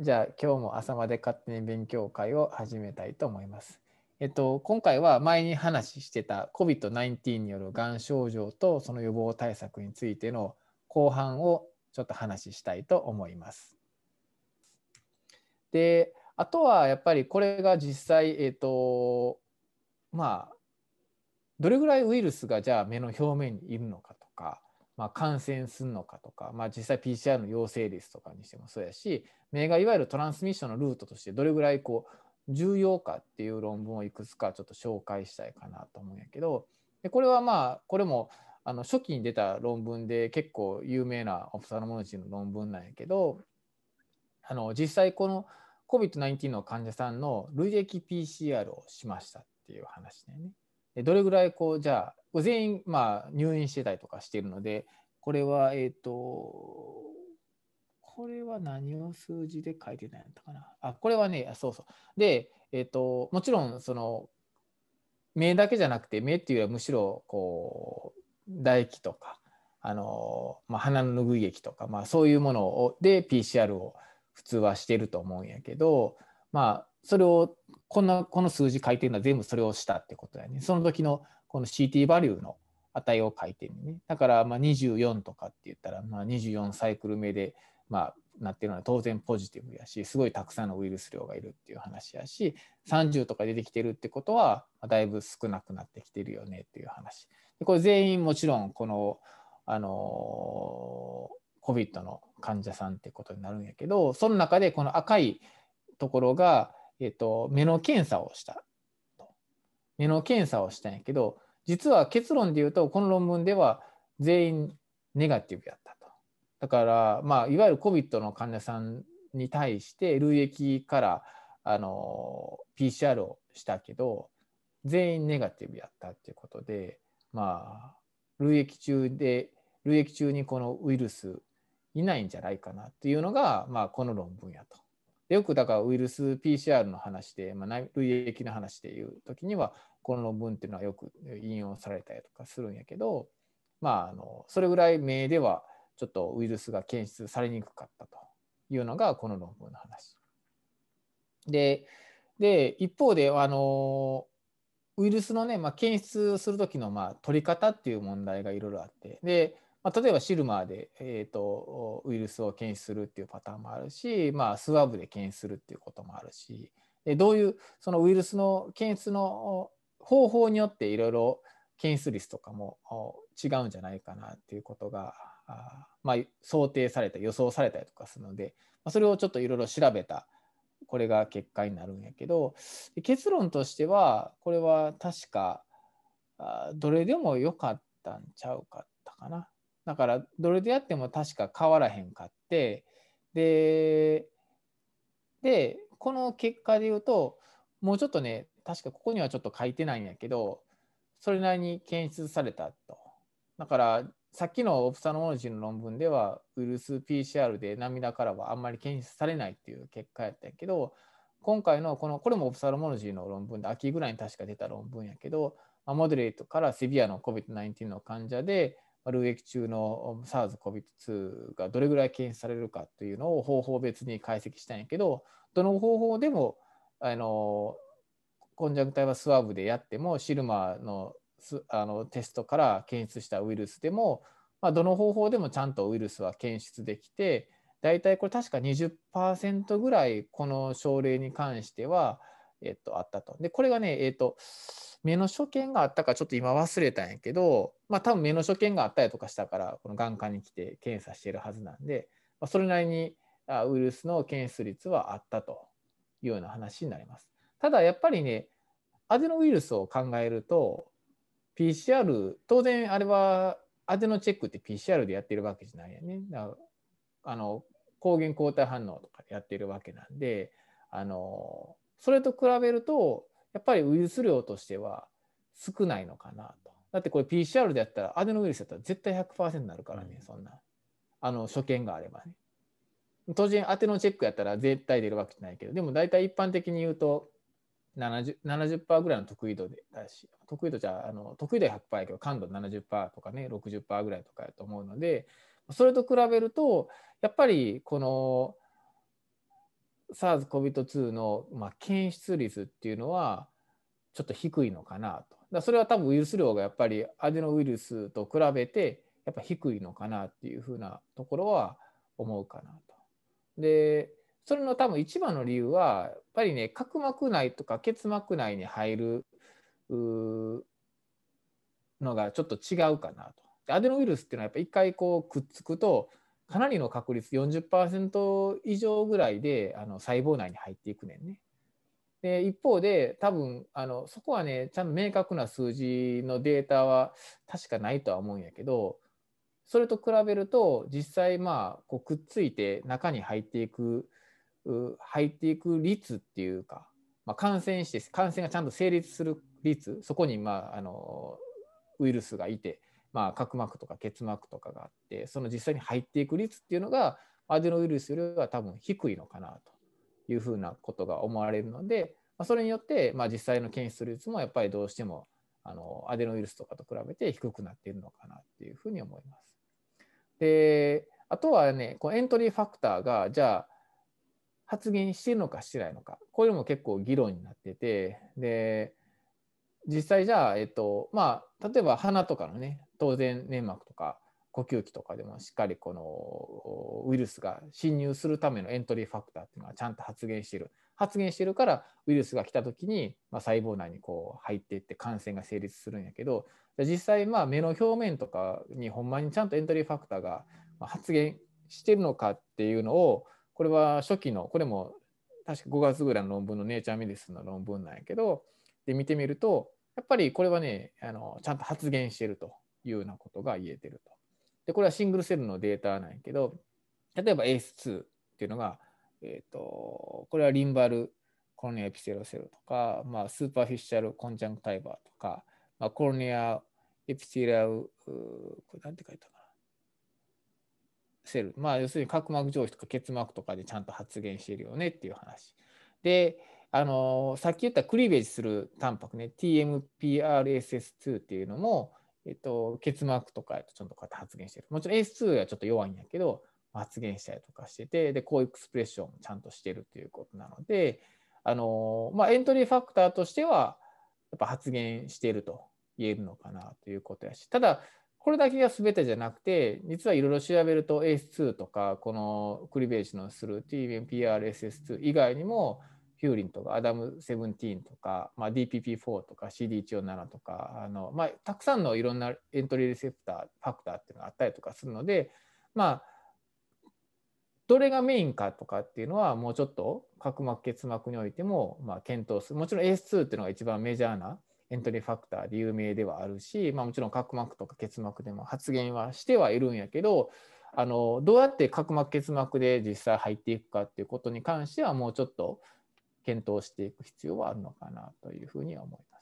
じゃあ今日も朝まで勝手に勉強会を始めたいと思います。今回は前に話してた COVID-19 によるがん症状とその予防対策についての後半をちょっと話したいと思います。で、あとはやっぱりこれが実際、まあ、どれぐらいウイルスがじゃあ目の表面にいるのかとか、感染するのかとか、実際 PCR の陽性率とかにしてもそうやし、目がいわゆるトランスミッションのルートとしてどれぐらい重要かっていう論文をいくつかちょっと紹介したいかなと思うんやけど、でこれはこれも初期に出た論文で結構有名なオプサルモロジーの論文なんやけど、実際この COVID-19 の患者さんの累液 PCR をしましたっていう話だよね。でどれぐらいじゃあ全員入院してたりとかしているので、これはこれは何を数字で書いてないのかな。これはね、そうそう。で、もちろんその目だけじゃなくて、目っていうよりはむしろ唾液とか鼻の拭い液とか、そういうもので PCR を普通はしてると思うんやけど、それをこの数字書いてるのは全部それをしたってことだよね。その時のこの CT バリューの値を書いてるね。だから24とかって言ったら24サイクル目でなってるのは当然ポジティブやし、すごいたくさんのウイルス量がいるっていう話やし、30とか出てきてるってことはだいぶ少なくなってきてるよねっていう話で、これ全員もちろんこのCOVID の患者さんってことになるんやけど、その中でこの赤いところが、目の検査をした目の検査をしたんやけど、実は結論で言うとこの論文では全員ネガティブやったと。だからいわゆる COVID の患者さんに対して累液からPCR をしたけど全員ネガティブやったっていうことで、累液中にこのウイルスいないんじゃないかなっていうのが、この論文やと。よくだからウイルス PCR の話で、累液の話でいう時にはこの論文っていうのはよく引用されたりとかするんやけど、それぐらい目ではちょっとウイルスが検出されにくかったというのがこの論文の話で、一方でウイルスのね、検出する時の取り方っていう問題がいろいろあって、で例えばシルマーで、ウイルスを検出するっていうパターンもあるし、スワブで検出するっていうこともあるし、でどういうそのウイルスの検出の方法によっていろいろ検出率とかも違うんじゃないかなっていうことが想定された予想されたりとかするので、それをちょっといろいろ調べたこれが結果になるんやけど、結論としてはこれは確かどれでもよかったんちゃうかったかな。だからどれでやっても確か変わらへんかって、でこの結果で言うともうちょっとね、確かここにはちょっと書いてないんやけど、それなりに検出されたと。だからさっきのオプサルモロジーの論文ではウイルス PCR で涙からはあんまり検出されないっていう結果やったんやけど、今回のこれもオプサルモロジーの論文で秋ぐらいに確か出た論文やけど、モデレートからセビアの COVID-19 の患者で累液中の SARS-CoV-2 がどれぐらい検出されるかというのを方法別に解析したんやけど、どの方法でもコンジャンクタイバスワーブでやってもシルマーのテストから検出したウイルスでも、どの方法でもちゃんとウイルスは検出できて、だいたいこれ確か 20% ぐらいこの症例に関しては、あったと。でこれがね、目の所見があったかちょっと今忘れたんやけど、多分目の所見があったりとかしたからこの眼科に来て検査しているはずなんで、それなりにウイルスの検出率はあったというような話になります。ただやっぱりね、アデノウイルスを考えると PCR 当然あれはアデノチェックって PCR でやってるわけじゃないよね。だから抗原抗体反応とかでやってるわけなんで、それと比べるとやっぱりウイルス量としては少ないのかなと。だってこれ PCR でやったらアデノウイルスだったら絶対 100% になるからね、そんな所見があればね。当然アテノチェックやったら絶対出るわけじゃないけど、でも大体一般的に言うと70% ぐらいの得意度でだし、得意度は100%やけど感度70%とかね、60% ぐらいとかやと思うので、それと比べるとやっぱりこの SARS-CoV-2 の、検出率っていうのはちょっと低いのかなと。それは多分ウイルス量がやっぱりアデノウイルスと比べてやっぱ低いのかなっていうふうなところは思うかなと。で、それの多分一番の理由はやっぱりね、角膜内とか結膜内に入るのがちょっと違うかなと。アデノウイルスっていうのはやっぱ一回こうくっつくとかなりの確率 40% 以上ぐらいで細胞内に入っていくねんね。で一方で多分そこはねちゃんと明確な数字のデータは確かないとは思うんやけど、それと比べると実際こうくっついて中に入っていく率っていうか、感染がちゃんと成立する率、そこにウイルスがいて、角膜とか結膜とかがあって、その実際に入っていく率っていうのがアデノウイルスよりは多分低いのかなというふうなことが思われるので、それによって実際の検出率もやっぱりどうしてもアデノウイルスとかと比べて低くなっているのかなっていうふうに思います。で、あとはね、こうエントリーファクターがじゃあ発現しているのかしてないのか、これも結構議論になってて、で実際じゃあ、例えば鼻とかのね、当然粘膜とか呼吸器とかでもしっかりこのウイルスが侵入するためのエントリーファクターっていうのはちゃんと発現してるからウイルスが来た時に細胞内にこう入っていって感染が成立するんやけど、実際目の表面とかにほんまにちゃんとエントリーファクターが発現してるのかっていうのを、これは初期のこれも確か5月ぐらいの論文のネイチャーメディスンの論文なんやけど、で見てみるとやっぱりこれはねちゃんと発現しているというようなことが言えてると。でこれはシングルセルのデータなんやけど、例えば ACE2 っていうのが、これはリンバルコロネアエピセロセルとか、スーパーフィッシャルコンジャンクタイバーとか、コロネアエピセラルこれなんて書いたかなセル、要するに角膜上皮とか結膜とかでちゃんと発現しているよねっていう話で、さっき言ったクリーベージするタンパクね、TMPRSS2 っていうのも、結膜とかとちょっとこうやって発現してる。もちろん ACE2 はちょっと弱いんやけど、発現したりとかしてて、で、高エクスプレッションもちゃんとしてるということなので、エントリーファクターとしては、やっぱ発現していると言えるのかなということやし、ただ、これだけが全てじゃなくて、実はいろいろ調べると ACE2 とか、このクリベージのする TMPRSS2 以外にも、フューリンとかアダム17とか、DPP4 とか CD147 とかたくさんのいろんなエントリーレセプター、ファクターっていうのがあったりとかするので、どれがメインかとかっていうのはもうちょっと角膜結膜においても検討する。もちろん ACE2 っていうのが一番メジャーなエントリーファクターで有名ではあるし、もちろん角膜とか結膜でも発現はしてはいるんやけど、どうやって角膜結膜で実際入っていくかっていうことに関してはもうちょっと検討していく必要はあるのかなというふうには思います。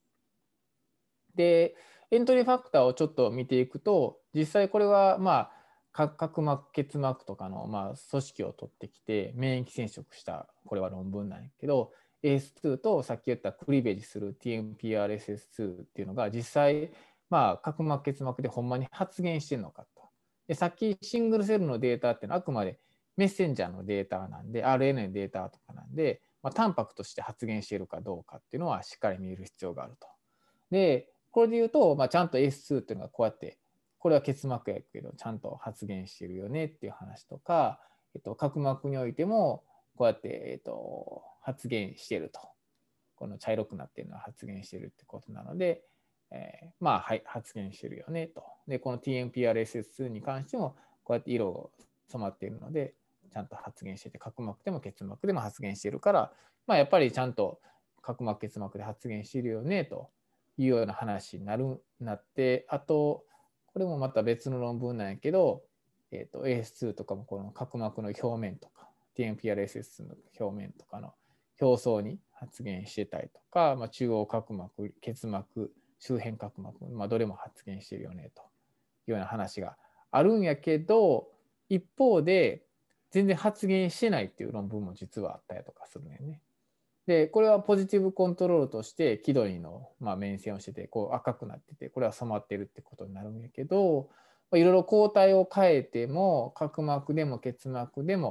で、エントリーファクターをちょっと見ていくと、実際これは角膜結膜とかの組織を取ってきて免疫染色したこれは論文なんやけど、ACE2 とさっき言ったクリベージする TMPRSS2 っていうのが実際角膜結膜でほんまに発現してるのかと。でさっきシングルセルのデータっていうのはあくまでメッセンジャーのデータなんで RNA のデータとかなんで、タンパクとして発現しているかどうかっていうのはしっかり見る必要があると。でこれで言うと、ちゃんと ACE2 っていうのがこうやってこれは結膜やけどちゃんと発現してるよねっていう話とか、角膜においてもこうやって、発現してると、この茶色くなってるのは発現してるってことなので、はい、発現してるよねと。でこの TMPRSS2 に関してもこうやって色が染まっているのでちゃんと発現してて、角膜でも結膜でも発現しているから、やっぱりちゃんと角膜結膜で発現しているよねというような話になって、あとこれもまた別の論文なんやけど、AS2 とかもこの角膜の表面とか TMPRSS の表面とかの表層に発現してたりとか、中央角膜、結膜、周辺角膜、どれも発現してるよねというような話があるんやけど、一方で全然発現してないっていう論文も実はあったりとかするんよね。でこれはポジティブコントロールとしてキドニの面線をしててこう赤くなってて、これは染まってるってことになるんやけど、いろいろ抗体を変えても角膜でも結膜でも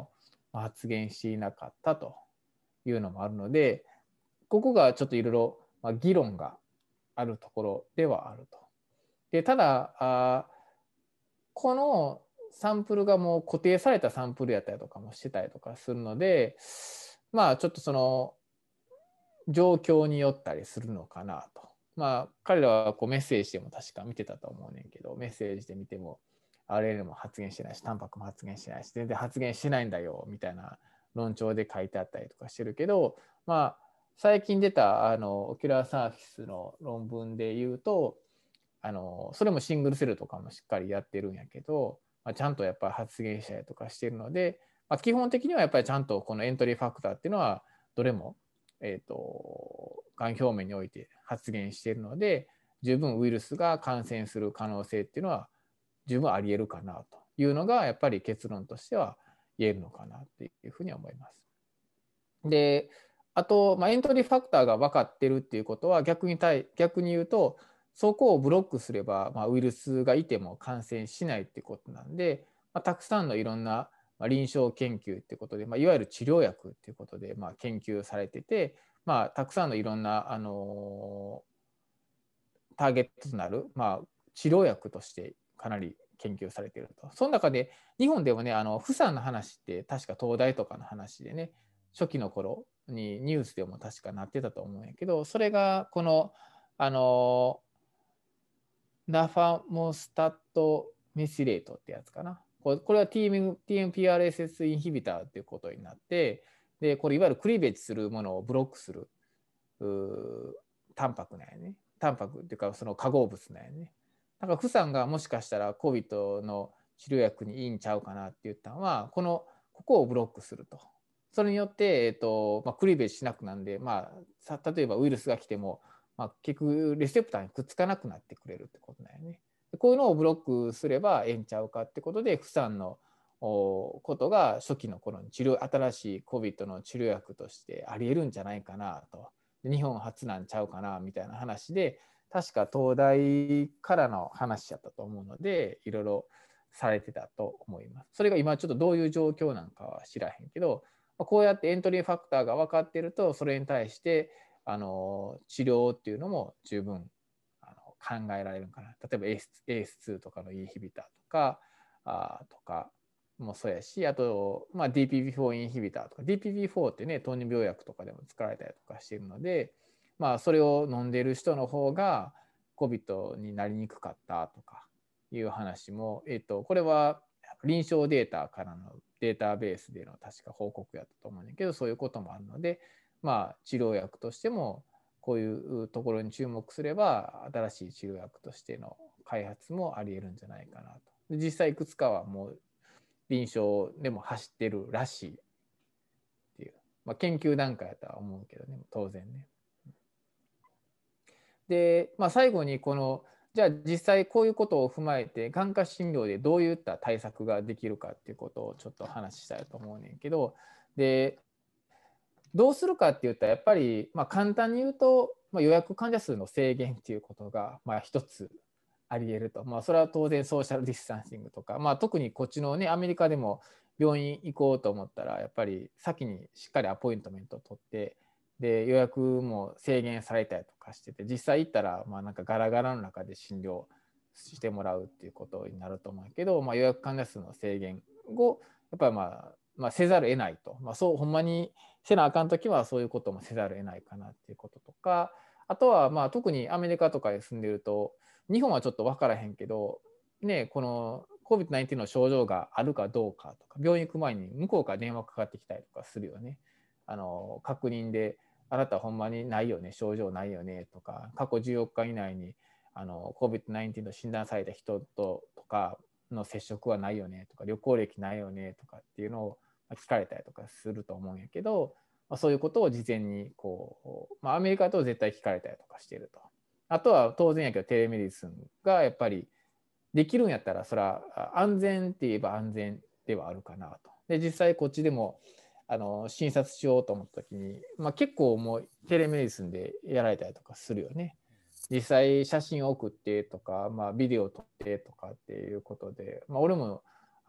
発言していなかったというのもあるので、ここがちょっといろいろ議論があるところではあると。でただこのサンプルがもう固定されたサンプルやったりとかもしてたりとかするので、まあちょっとその状況によったりするのかなと。まあ彼らはこうメッセージでも確か見てたと思うねんけど、メッセージで見ても RNA も発言してないし、タンパクも発言してないし、全然発言してないんだよみたいな論調で書いてあったりとかしてるけど、まあ最近出たオキュラーサーフィスの論文で言うと、それもシングルセルとかもしっかりやってるんやけど、ちゃんとやっぱり発言したりとかしてるので、基本的にはやっぱりちゃんとこのエントリーファクターっていうのはどれも、がん表面において発現しているので、十分ウイルスが感染する可能性っていうのは十分ありえるかなというのがやっぱり結論としては言えるのかなっていうふうに思います。で、あと、エントリーファクターが分かってるっていうことは逆に言うと、そこをブロックすれば、ウイルスがいても感染しないっていうことなんで、たくさんのいろんな臨床研究っていうことで、いわゆる治療薬っていうことで研究されてて、たくさんのいろんなターゲットとなる、治療薬としてかなり研究されていると。その中で日本でもね、フサンの話って確か東大とかの話でね、初期の頃にニュースでも確かなってたと思うんやけど、それがこのナファモスタットメシレートってやつかな。これは TMPRSS インヒビターっていうことになって、でこれいわゆるクリーベージするものをブロックするタンパクなんやね。タンパクっていうかその化合物なんやね。だからフサンがもしかしたら COVID の治療薬にいいんちゃうかなって言ったのは、ここをブロックすると。それによって、クリーベージしなくなるんで、例えばウイルスが来ても、結局レセプターにくっつかなくなってくれるってことだよね。こういうのをブロックすればええんちゃうかってことで、フサンのことが初期の頃に新しい COVID の治療薬としてありえるんじゃないかなと。日本初なんちゃうかなみたいな話で、確か東大からの話やったと思うので、いろいろされてたと思います。それが今ちょっとどういう状況なのかは知らへんけど、こうやってエントリーファクターが分かっていると、それに対して治療っていうのも十分考えられるかな。例えば ACE2 とかのインヒビターとかもそうやし、あと、DPP4 インヒビターとか、DPP4 ってね、糖尿病薬とかでも使われたりとかしているので、それを飲んでいる人の方が COVID になりにくかったとかいう話も、これは臨床データからのデータベースでの確か報告やったと思うんだけど、そういうこともあるので、治療薬としてもこういうところに注目すれば新しい治療薬としての開発もありえるんじゃないかなと。実際いくつかはもう臨床でも走ってるらしいっていう、研究段階だとは思うけどね、当然ね。で、最後にじゃあ実際こういうことを踏まえて眼科診療でどういった対策ができるかっていうことをちょっと話したいと思うねんけど、でどうするかって言ったらやっぱり、簡単に言うと、予約患者数の制限っていうことが一つありえると。それは当然ソーシャルディスタンシングとか、特にこっちのねアメリカでも病院行こうと思ったらやっぱり先にしっかりアポイントメントを取って、で予約も制限されたりとかしてて、実際行ったらなんかガラガラの中で診療してもらうっていうことになると思うけど、予約患者数の制限をやっぱりせざるを得ないと、そうほんまにせなあかんときはそういうこともせざるを得ないかなっていうこととか、あとは特にアメリカとかで住んでると、日本はちょっと分からへんけど、ね、この COVID-19 の症状があるかどうかとか、病院行く前に向こうから電話かかってきたりとかするよね。確認で、あなたほんまにないよね、症状ないよねとか、過去14日以内にCOVID-19 と診断された人とかの接触はないよねとか、旅行歴ないよねとかっていうのを聞かれたりとかすると思うんやけど、そういうことを事前にアメリカだと絶対聞かれたりとかしていると。あとは当然やけどテレメディスンがやっぱりできるんやったらそれは安全って言えば安全ではあるかなと。で実際こっちでも診察しようと思った時に、結構もうテレメディスンでやられたりとかするよね。実際写真を送ってとか、ビデオを撮ってとかっていうことで、俺も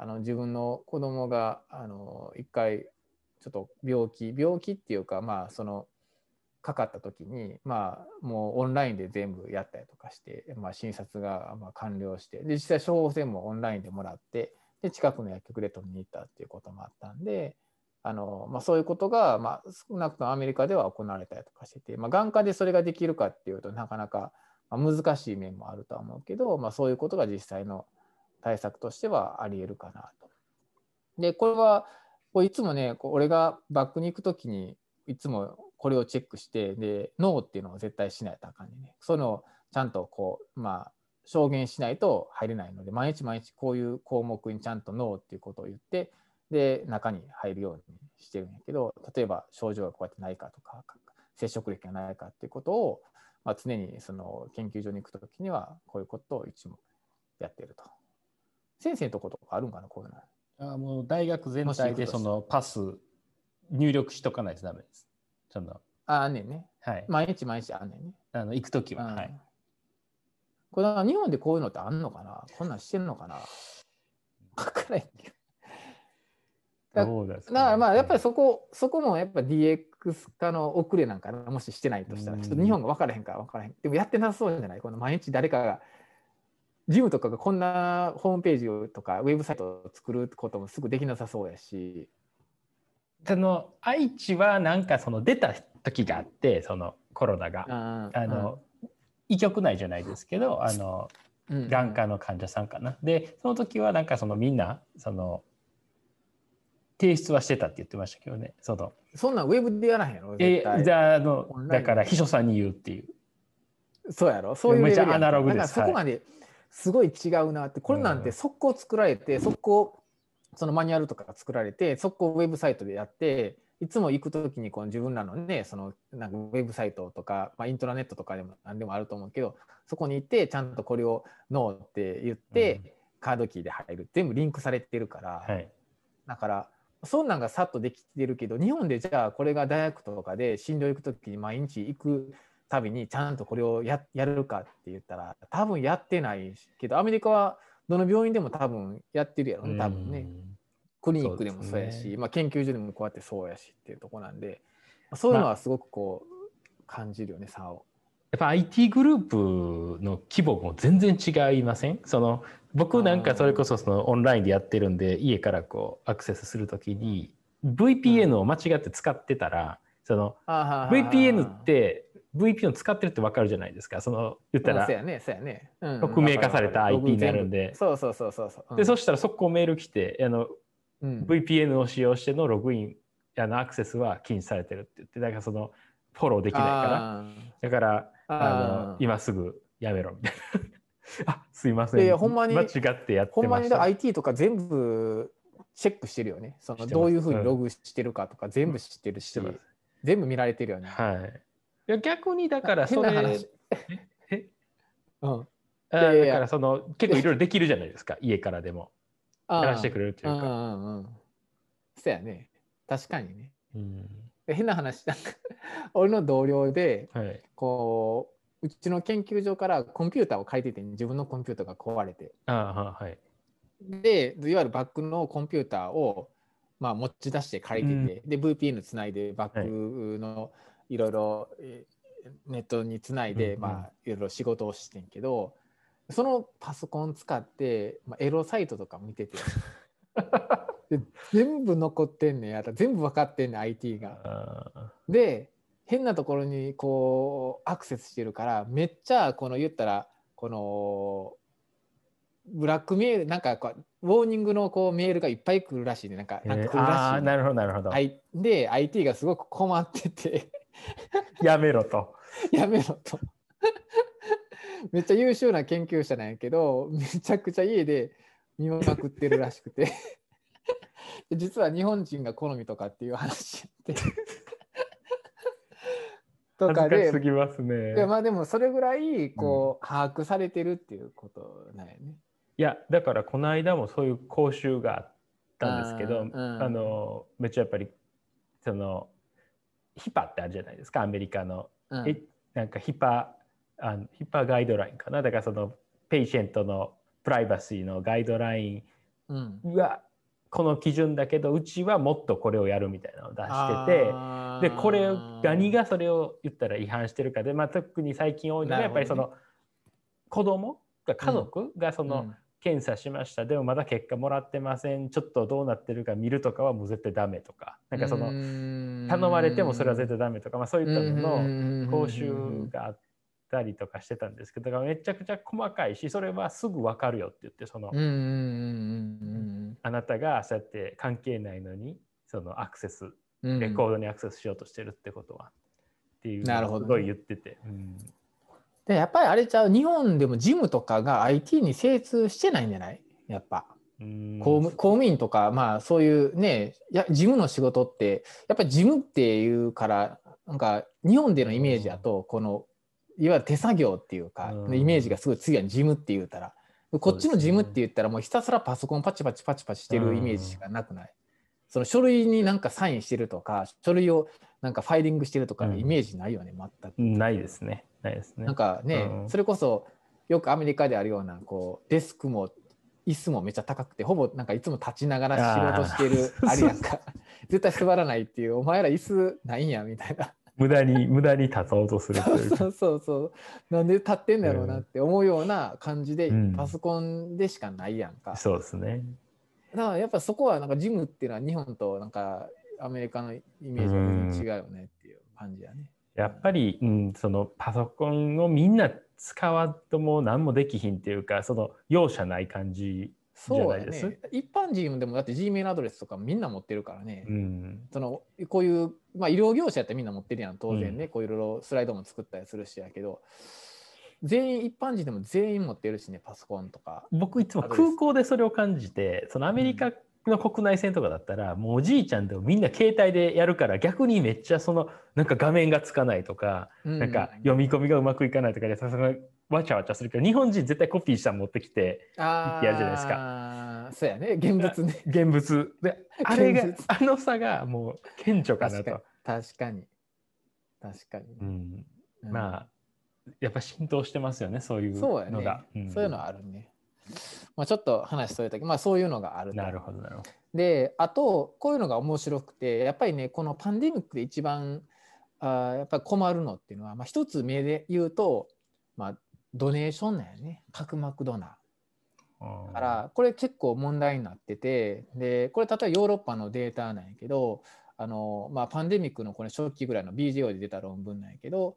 自分の子供が一回ちょっと病気っていうか、まあそのかかった時に、まあもうオンラインで全部やったりとかして、まあ、診察がまあ完了して、で実際処方箋もオンラインでもらって、で近くの薬局で取りに行ったっていうこともあったんで、まあ、そういうことが、まあ、少なくともアメリカでは行われたりとかしてて、まあ、眼科でそれができるかっていうとなかなか難しい面もあるとは思うけど、まあ、そういうことが実際の対策としてはありえるかなと。でこれはいつもね、俺がバックに行くときにいつもこれをチェックして、でノーっていうのを絶対しないとあかんね。そういうのをちゃんとまあ証言しないと入れないので、毎日毎日こういう項目にちゃんとノーっていうことを言って、で中に入るようにしてるんやけど、例えば症状がこうやってないかとか、接触歴がないかっていうことを、まあ、常にその研究所に行くときにはこういうことをいつもやってると。先生のとことかあるんかな、こういうの。 もう大学全体でそのパス入力しとかないとダメです。 あんねんね。 はい。 毎日毎日あんねんね。 行くときは、はい。 これ日本でこういうのってあんのかな、こんなんしてんのかな、分からへんけど。 どうですかね。 だからまあやっぱりそこもやっぱ DX 化の遅れなんかな、もししてないとしたら、ちょっと日本が分からへんから分からへん。でもやってなさそうじゃない、この毎日誰かがジムとかがこんなホームページとかウェブサイトを作ることもすぐできなさそうやし。 愛知はなんかその出た時があって、そのコロナが医局内じゃないですけど眼科の患者さんかな。でその時はなんかそのみんなその提出はしてたって言ってましたけどね。そんなんウェブでやらへんやろ絶対。 だから秘書さんに言うっていう。 そうやろ、そういうレベルやんか。 めちゃアナログです。 だからそこまですごい違うなって、これなんて速攻作られて、速攻そのマニュアルとかが作られて、速攻ウェブサイトでやって、いつも行くときにこの自分らのね、そのなんかウェブサイトとか、まあ、イントラネットとかでも何でもあると思うけど、そこに行ってちゃんとこれをノーって言って、カードキーで入る、全部リンクされてるから、だからそんなんがさっとできてるけど、日本でじゃあこれが大学とかで診療行くときに毎日行くたびにちゃんとこれをやるかって言ったら多分やってないけど、アメリカはどの病院でも多分やってるやろね、多分ね。クリニックでもそうやし、まあ、研究所でもこうやってそうやしっていうところなんで、そういうのはすごくこう感じるよね、差を。 やっぱ IT グループの規模も全然違いません？僕なんかそれこそオンラインでやってるんで、家からこうアクセスするときに VPN を間違って使ってたら、VPN って VPN 使ってるって分かるじゃないですか。言ったら匿名化された IP になるんで、でそしたら速攻メール来てVPN を使用してのログインアクセスは禁止されてるって言って、だからフォローできないから、だから今すぐやめろみたいな。あ、すいません。間違ってやってました。 ほんまに IT とか全部チェックしてるよね。どういうふうにログしてるかとか全部知ってるし、全部見られてるよね。 はい。いや逆にだからそれ、だから結構いろいろできるじゃないですか、家からでも。やらせてくれるというか。 そうやね。確かにね。変な話、なんか俺の同僚で、こううちの研究所からコンピューターを借りてて、自分のコンピューターが壊れて、でいわゆるバックのコンピューターを、まあ、持ち出して借りてて、で VPN つないでバックのいろいろネットにつないで、まあ、いろいろ仕事をしてんけど、そのパソコン使って、まあ、エロサイトとか見ててで全部残ってんねや、全部分かってんね IT が。で変なところにこうアクセスしてるから、めっちゃ言ったらこのブラックメール、なんかウォーニングのメールがいっぱい来るらしいね。なんか来るらしい。 なるほどなるほど。 で IT がすごく困っててやめろと。 やめろと。めっちゃ優秀な研究者なんやけど、めちゃくちゃ家で見まくってるらしくて実は日本人が好みとかっていう話やってとかで、 恥ずかしすぎますね。 まあでもそれぐらい把握されてるっていうことなんやね。 いやだからこの間もそういう講習があったんですけど、めっちゃやっぱりヒパってあるじゃないですか、アメリカの。なんかヒパガイドラインかな。だからペイシェントのプライバシーのガイドラインうんはこの基準だけどうちはもっとこれをやるみたいなのを出してて、でこれ何がそれを言ったら違反してるかで、まあ、特に最近多いのがやっぱりその子供が家族がその検査しました、でもまだ結果もらってません、ちょっとどうなってるか見るとかはもう絶対ダメとか、なんかその頼まれてもそれは絶対ダメとか、まあ、そういったのの講習があったりとかしてたんですけど、だからめちゃくちゃ細かいし、それはすぐ分かるよって言って、そのあなたがそうやって関係ないのにそのアクセス、レコードにアクセスしようとしてるってことはっていうのをすごい言ってて、 でやっぱりあれちゃう、日本でもジムとかが IT に精通してないんじゃない？やっぱ公務員とか、まあそういうね、事務の仕事ってやっぱり事務っていうから、なんか日本でのイメージだとこのいわゆる手作業っていうかイメージがすごい強い。事務って言ったら、こっちの事務って言ったらもうひたすらパソコンパチパチパチパチしてるイメージしかなくない？その書類になんかサインしてるとか、書類をなんかファイリングしてるとかイメージないよね、全く。 ないですね。ないですね。 なんかね、それこそよくアメリカであるようなこうデスクも椅子もめっちゃ高くて、ほぼなんかいつも立ちながら仕事してるあれやんか。絶対座らないっていう、お前ら椅子ないんやみたいな。 無駄に立とうとするというか。 そうそうそう。なんで立ってんだろうなって思うような感じで、パソコンでしかないやんか。 そうですね。 だからやっぱそこはなんかジムっていうのは日本となんかアメリカのイメージは全然違うよねっていう感じやね。 やっぱり、そのパソコンをみんな使わんともう何もできひんっていうか、その容赦ない感じじゃないです。 そうやね。一般人でもだって G メールアドレスとかみんな持ってるからね。そのこういう、まあ、医療業者やったらみんな持ってるやん、当然ね。こういろいろスライドも作ったりするしやけど、全員一般人でも全員持ってるしね、パソコンとか。 僕いつも空港でそれを感じて、そのアメリカの国内線とかだったら、もうおじいちゃんでもみんな携帯でやるから、逆にめっちゃそのなんか画面がつかないとか、なんか読み込みがうまくいかないとかで、さすがわちゃわちゃするけど、日本人絶対コピーしたの持ってきてやるじゃないですか。 そうやね、現物ね。 現物で、あれがあの差がもう顕著かなと。 確かに。 まあやっぱ浸透してますよね、そういうのが。 そういうのはあるね。まあ、ちょっと話それたけど、まあ、そういうのがあると。 なるほどなるほど。 で、あとこういうのが面白くて、やっぱりね、このパンデミックで一番やっぱり困るのっていうのは、まあ、一つ目で言うと、まあ、ドネーションなんやね、角膜ドナー。だからこれ結構問題になってて、でこれ例えばヨーロッパのデータなんやけど、まあ、パンデミックのこれ初期ぐらいの BJO で出た論文なんやけど、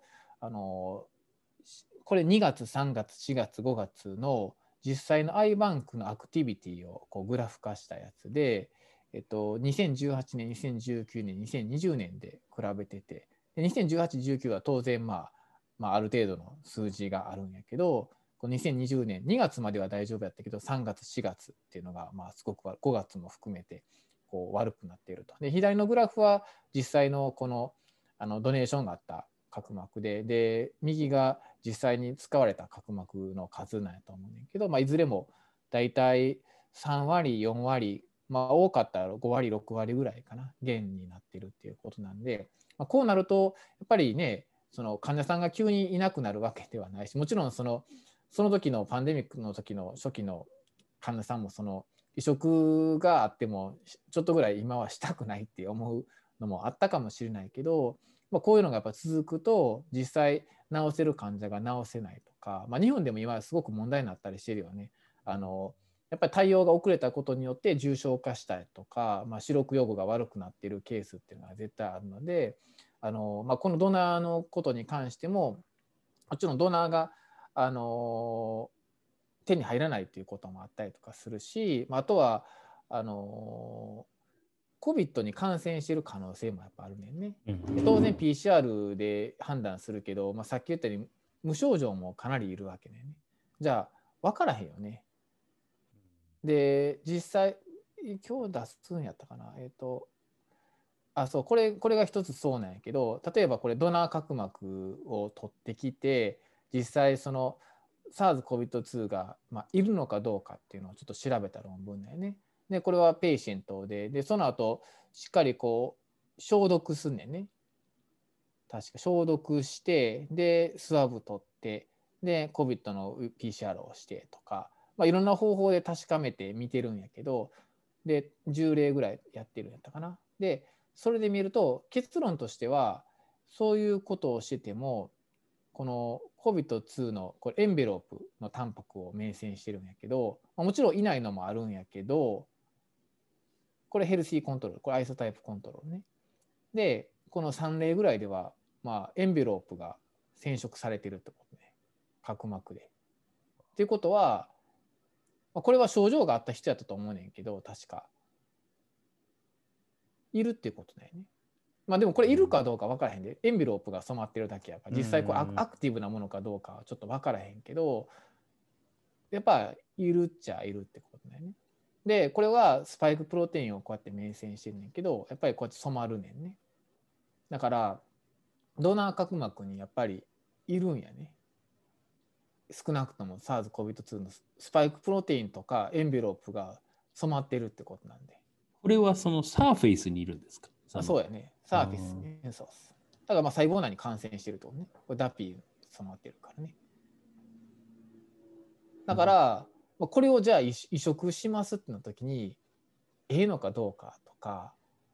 これ2月3月4月5月の実際の iBank のアクティビティをこうグラフ化したやつで、2018年2019年2020年で比べてて、2018-19は当然まあある程度の数字があるんやけど、2020年2月までは大丈夫やったけど、3月4月っていうのがまあすごく5月も含めてこう悪くなっていると。で左のグラフは実際のこのドネーションがあった角膜で右が実際に使われた角膜の数なんやと思うねんけど、まあ、いずれもだいたい3割4割、まあ、多かったら5割6割ぐらいかな減になっているっていうことなんで、まあ、こうなるとやっぱりね、その患者さんが急にいなくなるわけではないし、もちろんその時のパンデミックの時の初期の患者さんもその移植があってもちょっとぐらい今はしたくないって思うのもあったかもしれないけど、まあ、こういうのがやっぱ続くと実際治せる患者が治せないとか、まあ、日本でも今すごく問題になったりしてるよね。やっぱり対応が遅れたことによって重症化したりとか、まあ、視力予後が悪くなっているケースっていうのは絶対あるので、まあ、このドナーのことに関してももちろんドナーが、手に入らないということもあったりとかするし、あとはCOVID に感染している可能性もやっぱあるねんね。当然 PCR で判断するけど、まあ、さっき言ったように無症状もかなりいるわけね。じゃあ分からへんよね。で実際今日出すんやったかな、そうこれが一つそうなんやけど、例えばこれドナー角膜を取ってきて実際その SARS-CoV-2 が、いるのかどうかっていうのをちょっと調べた論文だよね。でこれはペイシェントでその後しっかりこう消毒すんねんね。確か消毒してでスワブ取ってで COVID の PCR をしてとか、 まあ、いろんな方法で確かめて見てるんやけど、で10例ぐらいやってるんやったかな。でそれで見ると結論としてはそういうことをしててもこの COVID-2 のこれエンベロープのタンパクを明線してるんやけど、もちろんいないのもあるんやけど、これヘルシーコントロール、これアイソタイプコントロールね。でこの3例ぐらいでは、まあ、エンベロープが染色されてるってことね、角膜で。っていうことは、これは症状があった人やったと思うねんけど、確かいるっていうことだよね。まあでもこれいるかどうか分からへんで、エンベロープが染まってるだけやから、実際こうアクティブなものかどうかはちょっと分からへんけど、やっぱいるっちゃいるってことだよね。でこれはスパイクプロテインをこうやって明線してるねんけど、やっぱりこうやって染まるねんね。だからドナー角膜にやっぱりいるんやね。少なくとも SARS-CoV-2 のスパイクプロテインとかエンベロープが染まってるってことなんで。 これはそのサーフェイスにいるんですか？ そうやね。サーフィスね。そうです。だからまあ細胞内に感染してるってことね。これダピー染まってるからね。だから、これをじゃあ移植しますっての時に、のかどうかとか、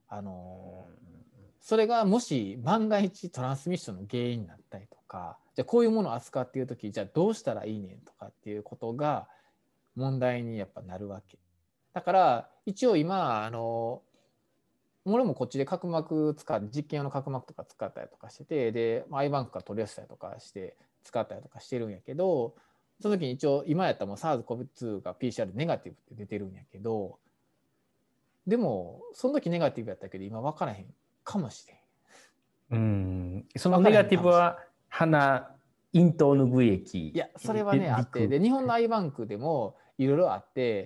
それがもし万が一トランスミッションの原因になったりとか、じゃあこういうものを扱っている時、じゃあどうしたらいいねんとかっていうことが問題にやっぱなるわけ。だから一応今俺もこっちで角膜使って実験用の角膜とか使ったりとかしてて、でアイバンクから取り寄せたりとかして使ったりとかしてるんやけど、その時に一応今やったらもう SARS-CoV-2 が PCR ネガティブって出てるんやけど、でもその時ネガティブやったけど今分からへんかもしれん。 そのネガティブは鼻咽頭の部液。 いやそれはねあって、で日本のアイバンクでもいろいろあって、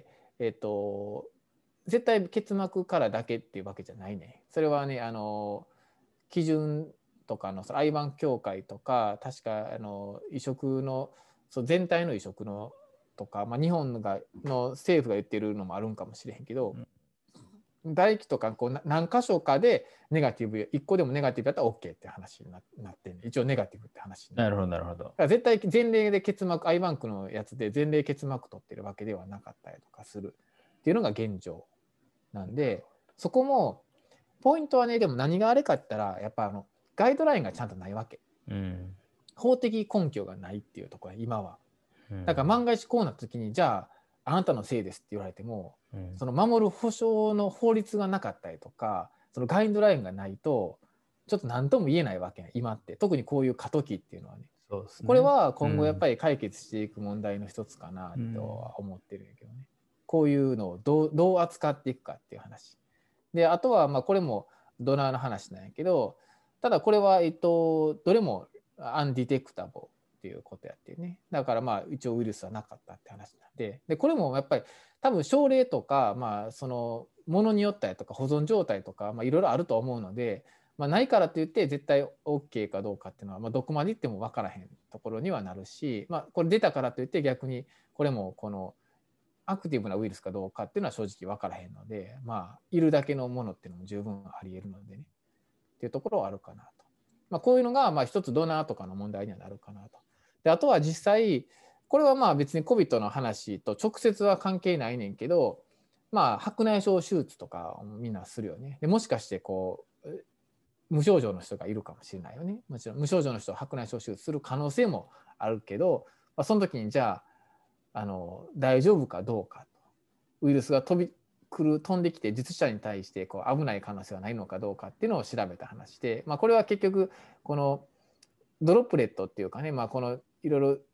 絶対結膜からだけっていうわけじゃないね。それはね基準とかのアイバンク協会とか、確か移植の全体の移植のとか、日本の政府が言ってるのもあるんかもしれへんけど、唾液とかこう何箇所かでネガティブ1個でもネガティブやったら OK って話になってんね。一応ネガティブって話になるほどなるほど。 だから絶対前例で結膜アイバンクのやつで前例結膜取ってるわけではなかったりとかするっていうのが現状なんで、そこもポイントはね、でも何があれかって言ったらやっぱガイドラインがちゃんとないわけ、法的根拠がないっていうところ今は。だから万が一こうなった時にじゃああなたのせいですって言われても、その守る保障の法律がなかったりとか、そのガイドラインがないとちょっと何とも言えないわけね今って。特にこういう過渡期っていうのはね。 そうですね。 これは今後やっぱり解決していく問題の一つかなとは思ってるんやけどね。こういうのをどう扱っていくかっていう話で、あとはこれもドナーの話なんやけど、ただこれはどれもアンディテクタボっていうことやってね。だから一応ウイルスはなかったって話なんで、これもやっぱり多分症例とかそのものによったりとか保存状態とかいろいろあると思うので、ないからといって絶対 OK かどうかっていうのはどこまでいっても分からへんところにはなるし、これ出たからといって逆にこれもこのアクティブなウイルスかどうかっていうのは正直分からへんので、いるだけのものっていうのも十分ありえるのでねっていうところはあるかなと。こういうのが一つドナーとかの問題にはなるかなと。であとは実際これは別に COVID の話と直接は関係ないねんけど、白内障手術とかみんなするよね。でもしかしてこう無症状の人がいるかもしれないよね。もちろん無症状の人は白内障手術する可能性もあるけど、その時にじゃあ大丈夫かどうかと、ウイルスが飛んできて術者に対してこう危ない可能性はないのかどうかっていうのを調べた話で、これは結局このドロップレットっていうかね、このいろいろ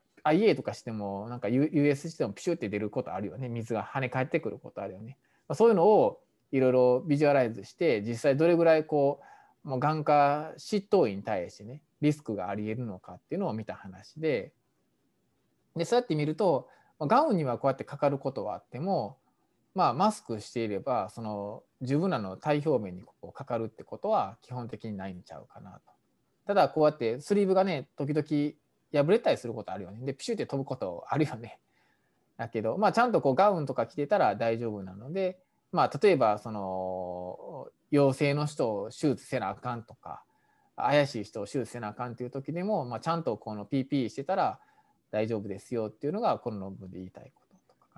IA とかしてもなんか US してもピシュって出ることあるよね。水が跳ね返ってくることあるよね。そういうのをいろいろビジュアライズして実際どれぐらいこう眼科執刀医に対してねリスクがありえるのかっていうのを見た話で、そうやって見るとガウンにはこうやってかかることはあっても、マスクしていればその十分なの体表面にこうかかるってことは基本的にないんちゃうかなと。ただこうやってスリーブがね時々破れたりすることあるよね。でピシュって飛ぶことあるよね。だけどちゃんとこうガウンとか着てたら大丈夫なので、例えばその陽性の人を手術せなあかんとか怪しい人を手術せなあかんっていう時でも、ちゃんとこの PPE してたら大丈夫ですよっていうのがこの論文で言いたいこと。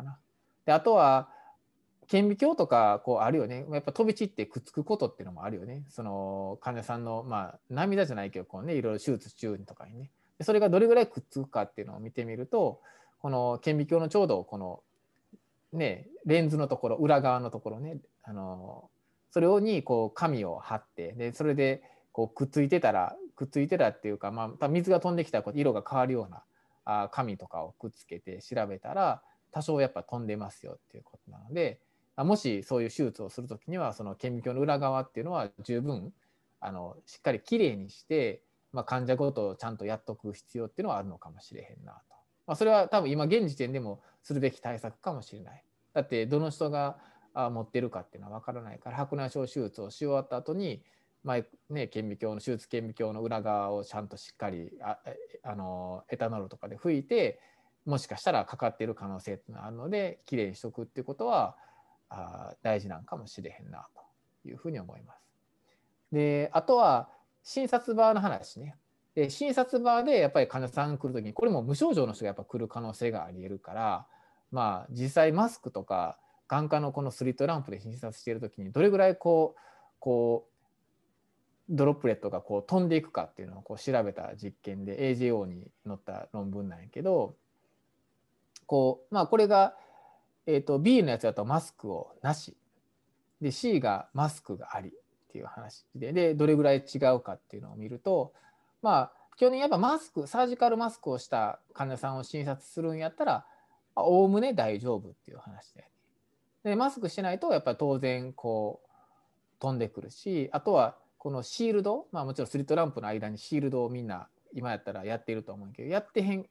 かな。であとは顕微鏡とかこうあるよね。やっぱ飛び散ってくっつくことっていうのもあるよね。その患者さんのまあ涙じゃないけどこうねいろいろ手術中とかにね。それがどれぐらいくっつくかっていうのを見てみると、この顕微鏡のちょうどこのねレンズのところ裏側のところね、それにこう紙を貼って、でそれでこうくっついてたらっていうか、まあ水が飛んできたら色が変わるような紙とかをくっつけて調べたら多少やっぱ飛んでますよっていうことなので。もしそういう手術をするときにはその顕微鏡の裏側っていうのは十分しっかりきれいにして、まあ、患者ごとちゃんとやっとく必要っていうのはあるのかもしれへんなと、まあ、それは多分今現時点でもするべき対策かもしれない。だってどの人が持ってるかっていうのは分からないから、白内障手術をし終わった後に手術顕微鏡の裏側をちゃんとしっかりエタノールとかで拭いて、もしかしたらかかっている可能性っていうのがあるのできれいにしとくっていうことは大事なんかもしれへんなというふうに思います。であとは診察場の話ね。で診察場でやっぱり患者さん来るときにこれも無症状の人がやっぱ来る可能性がありえるから、まあ実際マスクとか眼科のこのスリットランプで診察しているときにどれぐらいこうドロップレットがこう飛んでいくかっていうのをこう調べた実験で AJO に載った論文なんやけど、これがB のやつだとマスクをなしで C がマスクがありっていう話でどれぐらい違うかっていうのを見ると、まあ基本的にやっぱサージカルマスクをした患者さんを診察するんやったらおおむね大丈夫っていう話で、でマスクしないとやっぱり当然こう飛んでくるし、あとはこのシールド、まあもちろんスリットランプの間にシールドをみんな今やったらやっていると思うけど、やってへん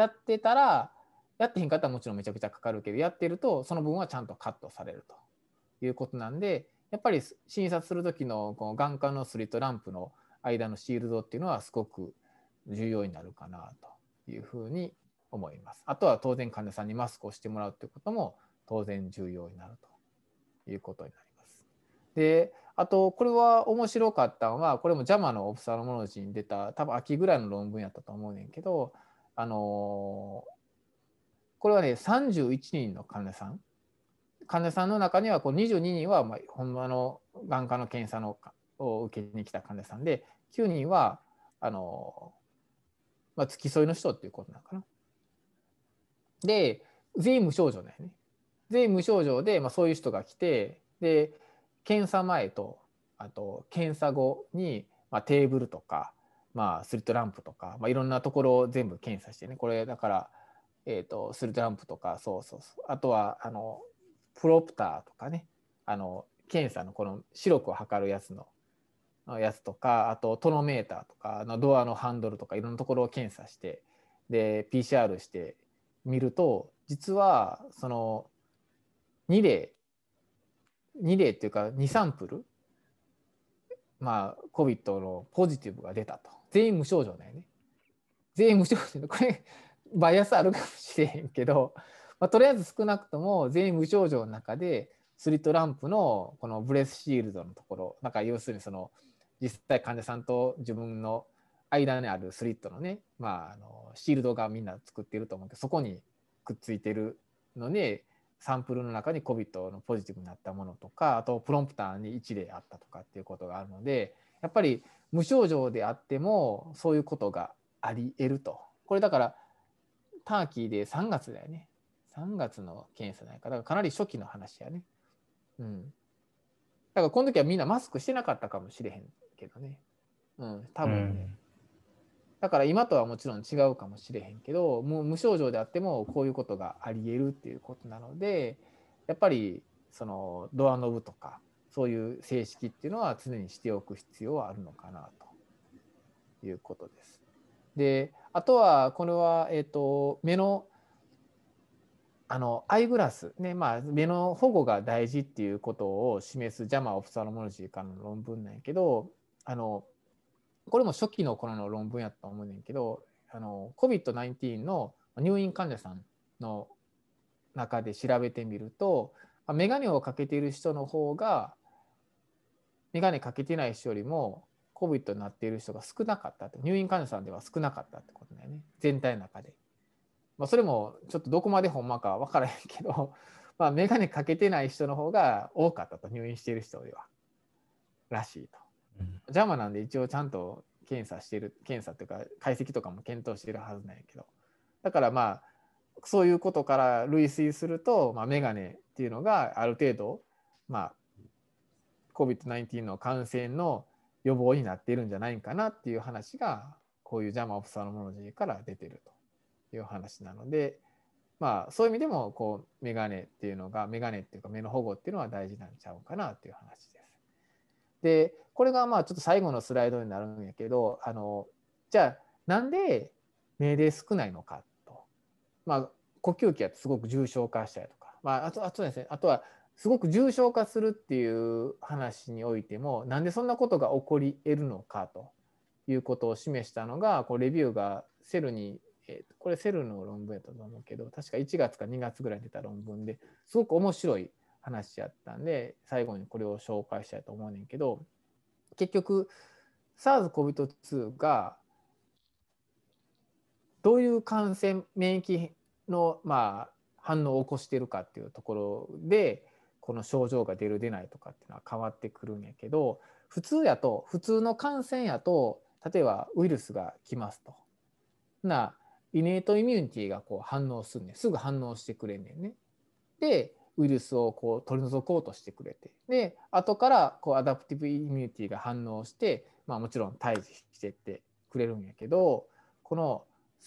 かったらもちろんめちゃくちゃかかるけど、やってるとその分はちゃんとカットされるということなんで、やっぱり診察する時のこの眼科のスリットランプの間のシールドっていうのはすごく重要になるかなというふうに思います。あとは当然患者さんにマスクをしてもらうということも当然重要になるということになります。であとこれは面白かったのは、これも JAMA のオプサルモロジーに出た多分秋ぐらいの論文やったと思うねんけど、これはね31人の患者さんの中にはこう22人は本場の眼科の検査を受けに来た患者さんで、9人は付き添いの人っていうことなのかな。で全員無症状だよね。全員無症状で、そういう人が来て、で検査前とあと検査後に、テーブルとか、スリットランプとか、いろんなところを全部検査してね。これだから、スリットランプとかあとはプロプターとかね、検査のこの視力を測るやつとか、あとトノメーターとかドアのハンドルとかいろんなところを検査して、で PCR してみると、実はその2例っていうか2サンプル、COVID のポジティブが出たと。全員無症状だよね。全員無症状で、これバイアスあるかもしれへんけど、とりあえず少なくとも全員無症状の中でスリットランプのこのブレスシールドのところ、なんか要するにその実際患者さんと自分の間にあるスリットのね、シールドがみんな作っていると思うけど、そこにくっついてるのにサンプルの中に COVID のポジティブになったものとか、あとプロンプターに1例あったとかっていうことがあるので、やっぱり無症状であってもそういうことがあり得ると。これだからターキーで3月だよね。3月の検査ないか。だからかなり初期の話やね。うん。だからこの時はみんなマスクしてなかったかもしれへんけどね。うん、多分ね。だから今とはもちろん違うかもしれへんけど、もう無症状であってもこういうことがあり得るっていうことなので、やっぱりそのドアノブとかそういう形式っていうのは常にしておく必要はあるのかなということです。であとはこれは、目のアイグラス、ね、目の保護が大事っていうことを示すJAMAオプサルモロジーからの論文なんやけど、これも初期の頃の論文やったと思うねんけど、COVID-19 の入院患者さんの中で調べてみると、眼鏡をかけている人の方が眼鏡かけてない人よりも COVID になっている人が少なかったって、入院患者さんでは少なかったってことだよね、全体の中で。 まあ、それもちょっとどこまでほんまか分からへんけど、まあ、眼鏡かけてない人の方が多かったと、入院している人ではらしいと。邪魔なんで一応ちゃんと検査してる、検査というか解析とかも検討してるはずなんやけど、だからまあそういうことから類推すると、まあ、眼鏡っていうのがある程度、まあ、COVID-19 の感染の予防になっているんじゃないかなっていう話が、こういうジャマ・オプサルモロジーから出てるという話なので、まあそういう意味でもこう眼鏡っていうのが、眼鏡っていうか目の保護っていうのは大事なんちゃうかなっていう話です。でこれがまあちょっと最後のスライドになるんやけど、じゃあなんで命令少ないのかと、まあ呼吸器はすごく重症化したりとか、まあ、あとですね、あとはすごく重症化するっていう話においても、なんでそんなことが起こり得るのかということを示したのが、こうレビューがセルに、これセルの論文やったと思うけど、確か1月か2月ぐらいに出た論文ですごく面白い話やったんで、最後にこれを紹介したいと思うねんけど、結局 SARS-CoV-2 がどういう感染免疫のまあ反応を起こしているかっていうところで、この症状が出る出ないとかっていうのは変わってくるんやけど、普通の感染やと、例えばウイルスが来ますとイネートイミュニティがこう反応するねん、すぐ反応してくれんねんね。でウイルスをこう取り除こうとしてくれて、で後からこうアダプティブイミュニティが反応して、まあ、もちろん退治してってくれるんやけど、この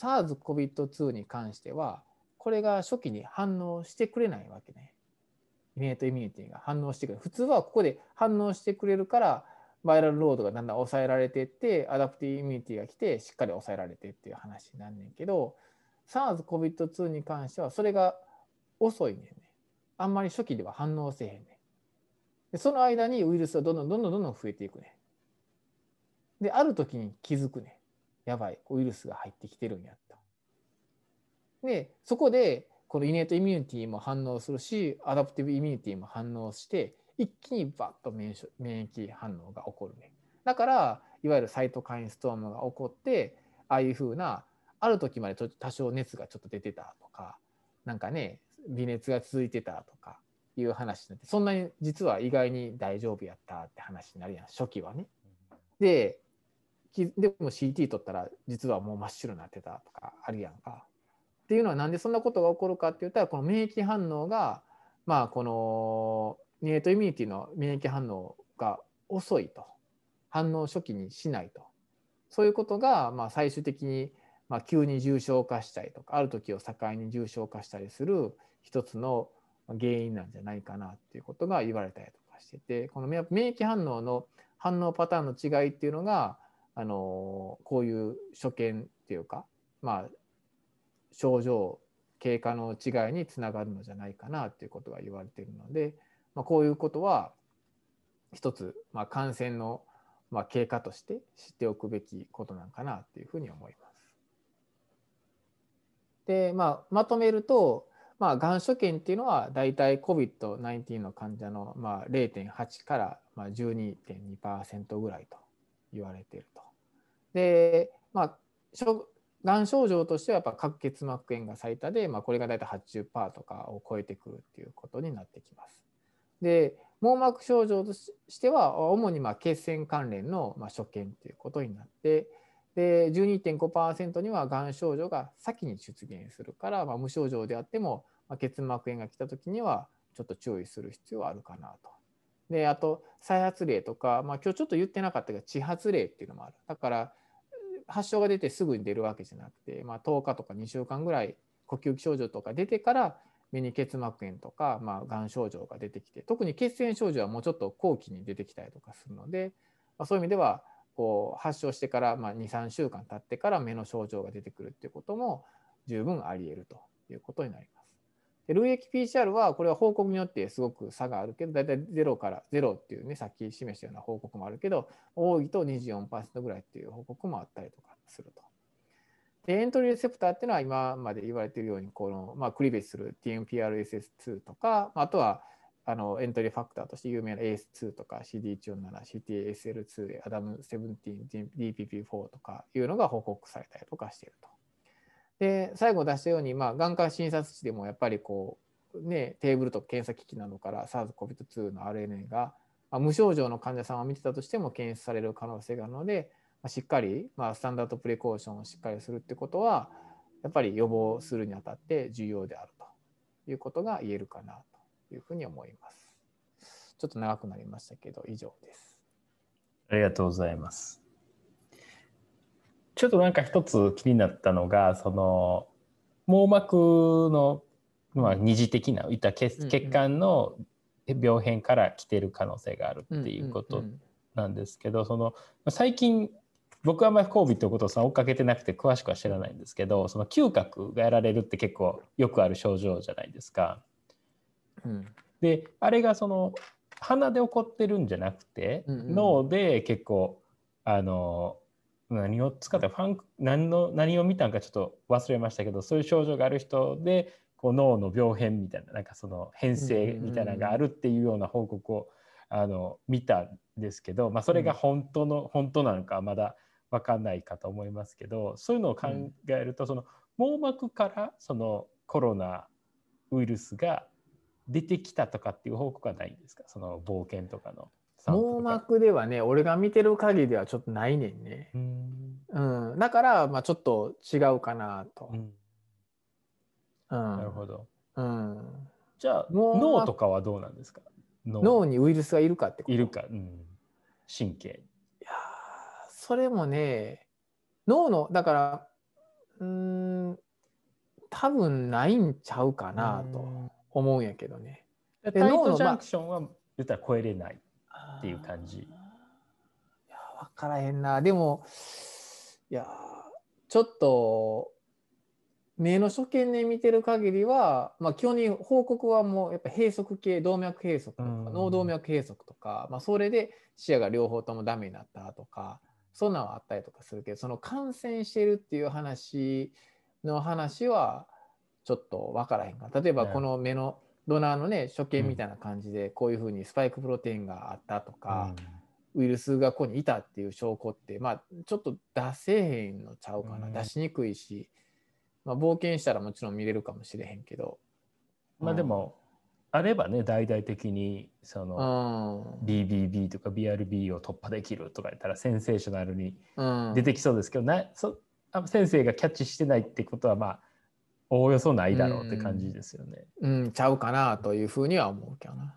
SARS-CoV-2 に関してはこれが初期に反応してくれないわけね。イネートイミュニティが反応してくれる。普通はここで反応してくれるからバイラルロードがだんだん抑えられていって、アダプティブイミュニティが来てしっかり抑えられてっていう話になんねんけど、 SARS-CoV-2 に関してはそれが遅いねんね。あんまり初期では反応せえへんね。でその間にウイルスはどんどん増えていくね。である時に気づくね。やばい、ウイルスが入ってきてるんやと。でそこでこのイネートイミュニティも反応するし、アダプティブイミュニティも反応して、一気にバッと免疫反応が起こるね。だからいわゆるサイトカインストームが起こって、ああいうふうな、ある時まで多少熱がちょっと出てたとか、なんかね微熱が続いてたとかいう話になって、そんなに実は意外に大丈夫やったって話になるやん、初期はね。でも CT 取ったら実はもう真っ白になってたとかあるやんか。っていうのはなんでそんなことが起こるかって言ったら、この免疫反応が、まあこのイネートイミュニティの免疫反応が遅いと、反応初期にしないと、そういうことがまあ最終的にまあ急に重症化したりとか、ある時を境に重症化したりする一つの原因なんじゃないかなっていうことが言われたりとかしてて、この免疫反応の反応パターンの違いっていうのがこういう所見っていうか、まあ症状経過の違いにつながるのじゃないかなっていうことが言われているので、まあ、こういうことは一つ、まあ、感染のまあ経過として知っておくべきことなんかなっていうふうに思います。で、まあ、まとめると、まあ、がん所見っていうのはだいたい COVID-19 の患者のまあ 0.8 からまあ 12.2% ぐらいと言われていると。で、まあ、がん症状としてはやっぱ角結膜炎が最多で、まあ、これがだいたい 80% とかを超えてくるっていうことになってきます。で網膜症状としては主にまあ血栓関連のまあ所見ということになって、で 12.5% にはがん症状が先に出現するから、まあ、無症状であっても、まあ、結膜炎が来た時にはちょっと注意する必要はあるかなと。であと再発例とか、まあ、今日ちょっと言ってなかったけど遅発例っていうのもある。だから発症が出てすぐに出るわけじゃなくて、まあ、10日とか2週間ぐらい呼吸器症状とか出てから目に結膜炎とか、まあ、がん症状が出てきて、特に血栓症状はもうちょっと後期に出てきたりとかするので、まあ、そういう意味ではこう発症してからまあ 2,3 週間経ってから目の症状が出てくるっていうことも十分あり得るということになります。で累液 PCR はこれは報告によってすごく差があるけど、だいたい0から0っていうね、さっき示したような報告もあるけど、多いと 24% ぐらいっていう報告もあったりとかすると。でエントリーレセプターっていうのは今まで言われているようにこの、まあ、クリベージする TMPRSS2 とか、あとはエントリーファクターとして有名な AS2 とか CD147、CTASL2 ADAM17、DPP4 とかいうのが報告されたりとかしていると。 で最後出したように、眼科診察室でもやっぱりこう、ね、テーブルと検査機器などから SARS-CoV-2 の RNA が、無症状の患者さんを見てたとしても検出される可能性があるので、しっかり、スタンダードプレコーションをしっかりするってことはやっぱり予防するにあたって重要であるということが言えるかなというふうに思います。ちょっと長くなりましたけど以上です。 ありがとうございます。ちょっとなんか一つ気になったのが、その網膜の、二次的な血管の病変から来ている可能性があるっていうことなんですけど、その最近僕はあんまり COVID のことを追っかけてなくて詳しくは知らないんですけど、その嗅覚がやられるって結構よくある症状じゃないですか。であれがその鼻で起こってるんじゃなくて、脳で結構何を使った何を見たんかちょっと忘れましたけど、そういう症状がある人でこう脳の病変みたいな、なんかその変性みたいなのがあるっていうような報告を見たんですけど、それが本当なのかまだ分かんないかと思いますけど、そういうのを考えると、その網膜からそのコロナウイルスが出てきたとかっていう報告はないんですか？その冒険とかの網膜ではね、俺が見てる限りではちょっとないねんね。だからちょっと違うかなと。 なるほど。 うん、 じゃあ脳とかはどうなんですか？ 脳にウイルスがいるかってこと？ いるか、神経。 いやそれもね、脳のだから多分ないんちゃうかなと思うんやけどね。 タイトジャンクションは言ったら超えれないっていう感じ。いや分からへんな。でもいやちょっと目の所見で見てる限りは、基本に報告はもうやっぱ閉塞系、動脈閉塞とか脳動脈閉塞とか、それで視野が両方ともダメになったとか、そんなのはあったりとかするけど、その感染してるっていう話はちょっと分からへんか。例えばこの目のドナーのね所見みたいな感じでこういうふうにスパイクプロテインがあったとか、ウイルスがここにいたっていう証拠ってちょっと出せへんのちゃうかな。出しにくいし、冒険したらもちろん見れるかもしれへんけど、 でもあればね、大々的にその BBB とか BRB を突破できるとか言ったらセンセーショナルに出てきそうですけど、先生がキャッチしてないってことはおおよそないだろうって感じですよね。 ちゃうかなというふうには思うけどな。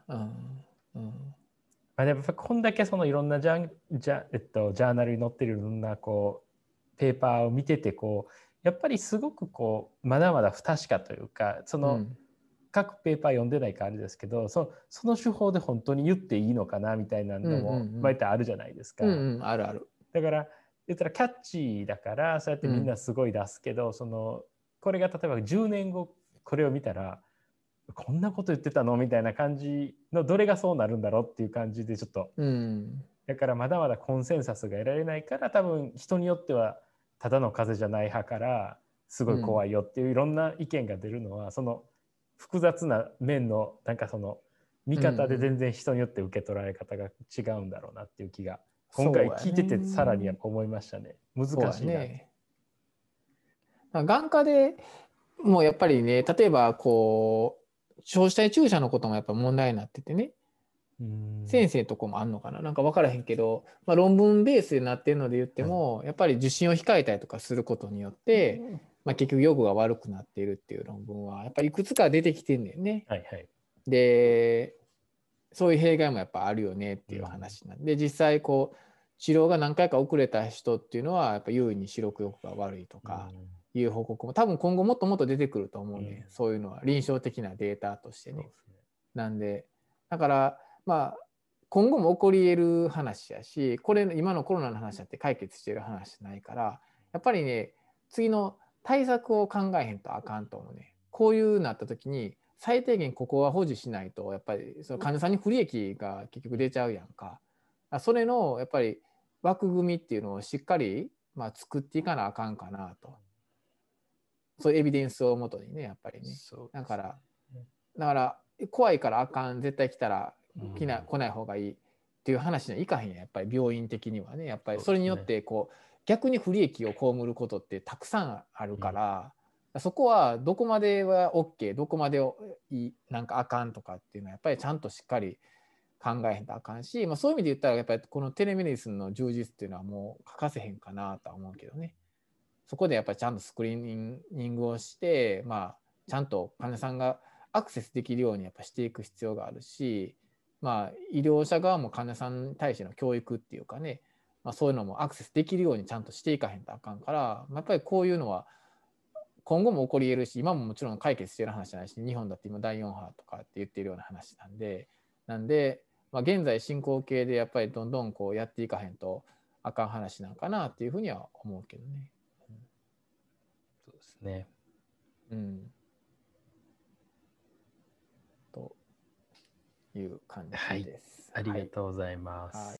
やっぱこんだけそのいろんなジャーナルに載ってるいろんなこうペーパーを見ててやっぱりすごくまだまだ不確かというか、その各ペーパー読んでないからあれですけど、その手法で本当に言っていいのかなみたいなのも毎回あるじゃないですか。 あるある。 だから言ったらキャッチーだからそうやってみんなすごい出すけど、これが例えば10年後これを見たらこんなこと言ってたのみたいな感じのどれがそうなるんだろうっていう感じでちょっと、だからまだまだコンセンサスが得られないから、多分人によってはただの風邪じゃない派からすごい怖いよっていういろんな意見が出るのは、その複雑な面のなんかその見方で全然人によって受け取られ方が違うんだろうなっていう気が今回聞いててさらにやっぱ思いましたね。難しいな。 眼科でもうやっぱりね、例えば硝子体注射のこともやっぱ問題になっててね、先生とこもあんのかな、なんか分からへんけど、論文ベースになってるので言っても、やっぱり受診を控えたりとかすることによって、結局予後が悪くなっているっていう論文はやっぱりいくつか出てきてんねんね。でそういう弊害もやっぱあるよねっていう話なんで、実際治療が何回か遅れた人っていうのはやっぱ優位に視力欲が悪いとかいう報告も多分今後もっともっと出てくると思うね、そういうのは臨床的なデータとしてね。なんでだから今後も起こり得る話やし、これ今のコロナの話だって解決している話じゃないから、やっぱりね次の対策を考えへんとあかんと思うね。こういうなった時に最低限ここは保持しないとやっぱりその患者さんに不利益が結局出ちゃうやんか。それのやっぱり枠組みっていうのをしっかり作っていかなあかんかなと。そういうエビデンスをもとにね、やっぱりね。だから怖いからあかん、絶対来たら来ない方がいいっていう話にはいかへんやん、やっぱり病院的にはね。やっぱりそれによって逆に不利益を被ることってたくさんあるから、 そこはどこまでは OK、どこまでなんかあかんとかっていうのはやっぱりちゃんとしっかり考えへんとあかんし、まあ、そういう意味で言ったらやっぱりこのテレメディスンの充実っていうのはもう欠かせへんかなとは思うけどね。そこでやっぱりちゃんとスクリーニングをして、まあ、ちゃんと患者さんがアクセスできるようにやっぱしていく必要があるし、まあ、医療者側も患者さんに対しての教育っていうかね、まあ、そういうのもアクセスできるようにちゃんとしていかへんとあかんから、まあ、やっぱりこういうのは今後も起こり得るし、今ももちろん解決している話じゃないし、日本だって今第4波とかって言っているような話なんで、まあ、現在進行形でやっぱりどんどんこうやっていかへんとあかん話なんかなっていうふうには思うけどね。 そうですね。 うん。という感じです。 ありがとうございます。 はい。